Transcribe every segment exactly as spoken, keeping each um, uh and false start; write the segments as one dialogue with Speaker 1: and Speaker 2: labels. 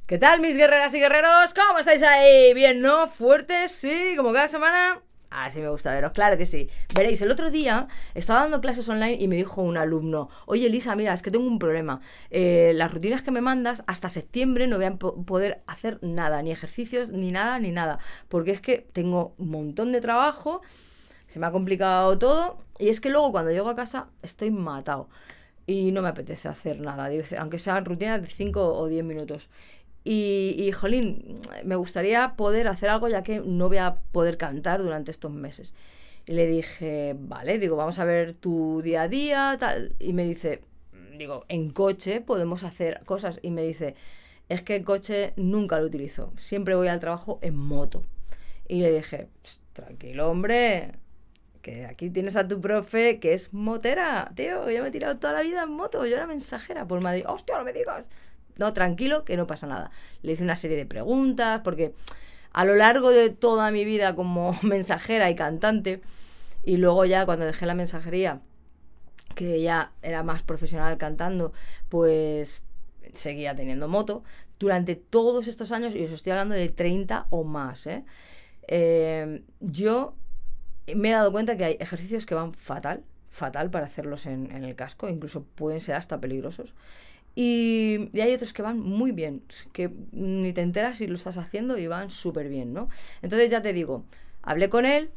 Speaker 1: ¿Qué tal, mis guerreras y guerreros? ¿Cómo estáis ahí? ¿Bien, no? ¿Fuertes? ¿Sí? ¿Como cada semana? Ah, sí me gusta veros, claro que sí. Veréis, el otro día estaba dando clases online y me dijo un alumno: oye, Elisa, mira, es que tengo un problema. Eh, las rutinas que me mandas, hasta septiembre no voy a po- poder hacer nada, ni ejercicios, ni nada, ni nada. Porque es que tengo un montón de trabajo, se me ha complicado todo, y es que luego cuando llego a casa estoy matado. Y no me apetece hacer nada, dice, aunque sean rutinas de cinco o diez minutos. Y, y, jolín, me gustaría poder hacer algo ya que no voy a poder cantar durante estos meses. Y le dije, vale, digo, vamos a ver tu día a día, tal. Y me dice, digo, en coche podemos hacer cosas. Y me dice, es que en coche nunca lo utilizo, siempre voy al trabajo en moto. Y le dije, tranquilo, hombre, que aquí tienes a tu profe que es motera, tío. Yo me he tirado toda la vida en moto, yo era mensajera por Madrid. ¡Hostia, no me digas! No, tranquilo, que no pasa nada. Le hice una serie de preguntas, porque a lo largo de toda mi vida como mensajera y cantante, y luego ya cuando dejé la mensajería, que ya era más profesional cantando, pues seguía teniendo moto. Durante todos estos años, y os estoy hablando de treinta o más, ¿eh? Eh, yo me he dado cuenta que hay ejercicios que van fatal, fatal para hacerlos en, en el casco, incluso pueden ser hasta peligrosos. Y, y hay otros que van muy bien, que ni te enteras si lo estás haciendo y van súper bien, ¿no? Entonces ya te digo, hablé con él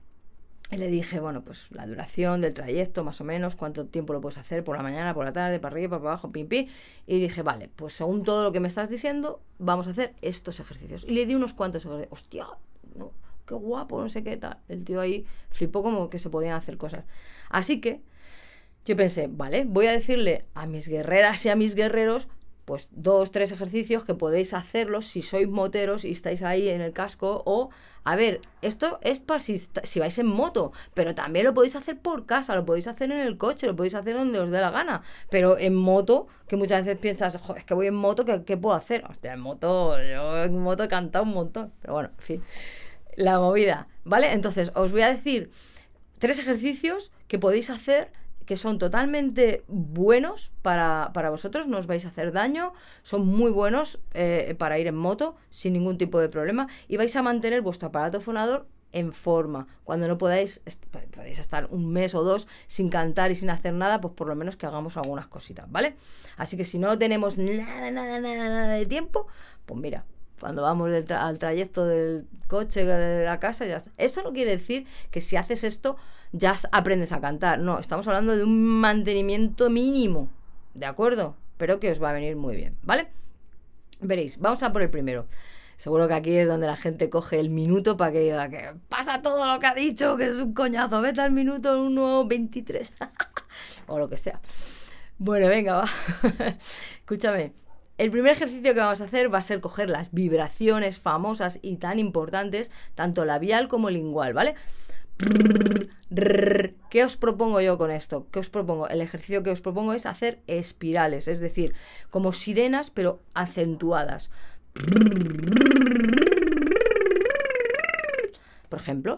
Speaker 1: y le dije, bueno, pues la duración del trayecto, más o menos, cuánto tiempo lo puedes hacer, por la mañana, por la tarde, para arriba, para abajo, pim, pim. Y dije, vale, pues según todo lo que me estás diciendo, vamos a hacer estos ejercicios. Y le di unos cuantos ejercicios. Hostia, no, qué guapo, no sé qué tal. El tío ahí flipó como que se podían hacer cosas. Así que yo pensé, vale, voy a decirle a mis guerreras y a mis guerreros, pues dos, tres ejercicios que podéis hacerlos si sois moteros y estáis ahí en el casco. O, a ver, esto es para si, si vais en moto, pero también lo podéis hacer por casa, lo podéis hacer en el coche, lo podéis hacer donde os dé la gana. Pero en moto, que muchas veces piensas, joder, es que voy en moto, ¿qué, qué puedo hacer? Hostia, en moto, yo en moto he cantado un montón. Pero bueno, en fin, la movida, ¿vale? Entonces, os voy a decir tres ejercicios que podéis hacer que son totalmente buenos para, para vosotros, no os vais a hacer daño, son muy buenos eh, para ir en moto sin ningún tipo de problema, y vais a mantener vuestro aparato fonador en forma. Cuando no podáis, est- podéis estar un mes o dos sin cantar y sin hacer nada, pues por lo menos que hagamos algunas cositas, ¿vale? Así que si no tenemos nada, nada, nada, nada de tiempo, pues mira, cuando vamos del tra- al trayecto del coche a la casa, ya está. Eso no quiere decir que si haces esto ya aprendes a cantar. No, estamos hablando de un mantenimiento mínimo, ¿de acuerdo? Pero que os va a venir muy bien, ¿vale? Veréis, vamos a por el primero. Seguro que aquí es donde la gente coge el minuto para que diga que pasa todo lo que ha dicho, que es un coñazo. Vete al minuto uno veintitrés o lo que sea. Bueno, venga, va. Escúchame. El primer ejercicio que vamos a hacer va a ser coger las vibraciones famosas y tan importantes, tanto labial como lingual, ¿vale? ¿Qué os propongo yo con esto? ¿Qué os propongo? El ejercicio que os propongo es hacer espirales, es decir, como sirenas, pero acentuadas. Por ejemplo,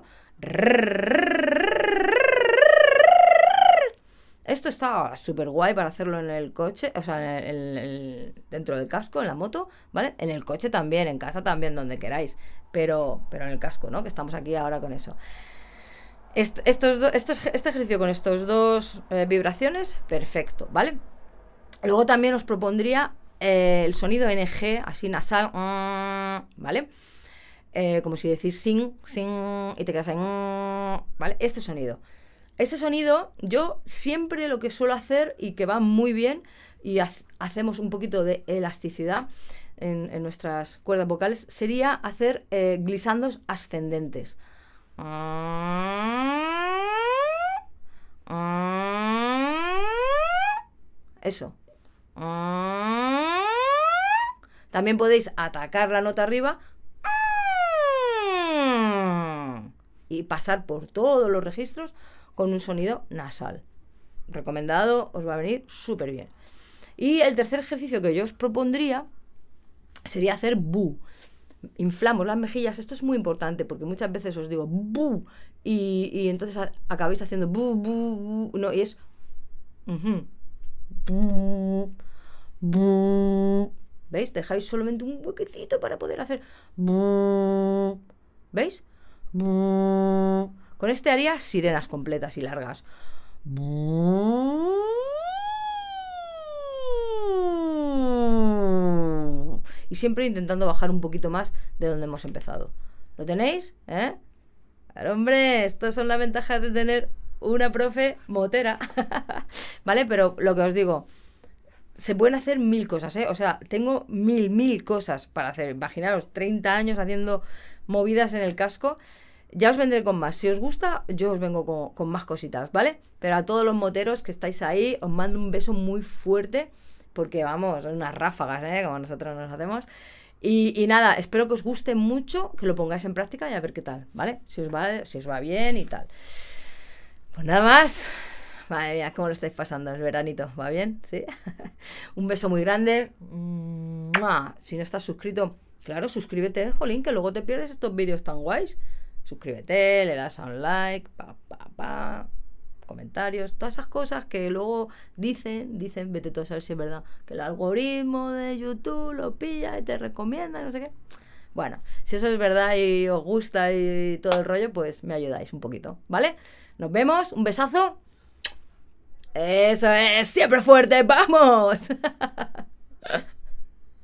Speaker 1: esto está súper guay para hacerlo en el coche, o sea, en el, el, dentro del casco, en la moto, ¿vale? En el coche también, en casa también, donde queráis, pero, pero en el casco, ¿no? Que estamos aquí ahora con eso. Est- estos do, estos, este ejercicio con estos dos eh, vibraciones, perfecto, ¿vale? Luego también os propondría eh, el sonido N G, así nasal, ¿vale? Eh, como si decís sing, sing, y te quedas ahí, ¿vale? Este sonido. Este sonido, yo siempre lo que suelo hacer, y que va muy bien, y ha- hacemos un poquito de elasticidad en, en nuestras cuerdas vocales, sería hacer eh, glisandos ascendentes. Eso. También podéis atacar la nota arriba y pasar por todos los registros con un sonido nasal. Recomendado, os va a venir súper bien. Y el tercer ejercicio que yo os propondría sería hacer bu. Inflamos las mejillas. Esto es muy importante porque muchas veces os digo bu y, y entonces a, acabáis haciendo bu, bu, bu. No, y es uh-huh. bu, bu. ¿Veis? Dejáis solamente un huequecito para poder hacer... ¿Veis? Con este haría sirenas completas y largas. Y siempre intentando bajar un poquito más de donde hemos empezado. ¿Lo tenéis? ¿Eh? Claro, hombre, estas son las ventajas de tener una profe motera. ¿Vale? Pero lo que os digo, se pueden hacer mil cosas, ¿eh? O sea, tengo mil, mil cosas para hacer. Imaginaros, treinta años haciendo movidas en el casco. Ya os vendré con más. Si os gusta, yo os vengo con, con más cositas, ¿vale? Pero a todos los moteros que estáis ahí, os mando un beso muy fuerte. Porque vamos, son unas ráfagas, ¿eh? Como nosotros nos hacemos. Y, y nada, espero que os guste mucho, que lo pongáis en práctica y a ver qué tal, ¿vale? Si os va, si os va bien y tal. Pues nada más. Madre mía, ¿cómo lo estáis pasando el veranito? ¿Va bien? ¿Sí? Un beso muy grande. Si no estás suscrito, claro, suscríbete, jolín, que luego te pierdes estos vídeos tan guays. Suscríbete, le das a un like, pa, pa, pa, comentarios, todas esas cosas que luego dicen, dicen, vete tú a saber si es verdad, que el algoritmo de YouTube lo pilla y te recomienda, no sé qué. Bueno, si eso es verdad y os gusta y todo el rollo, pues me ayudáis un poquito, ¿vale? Nos vemos, un besazo. Eso es, siempre fuerte, ¡vamos!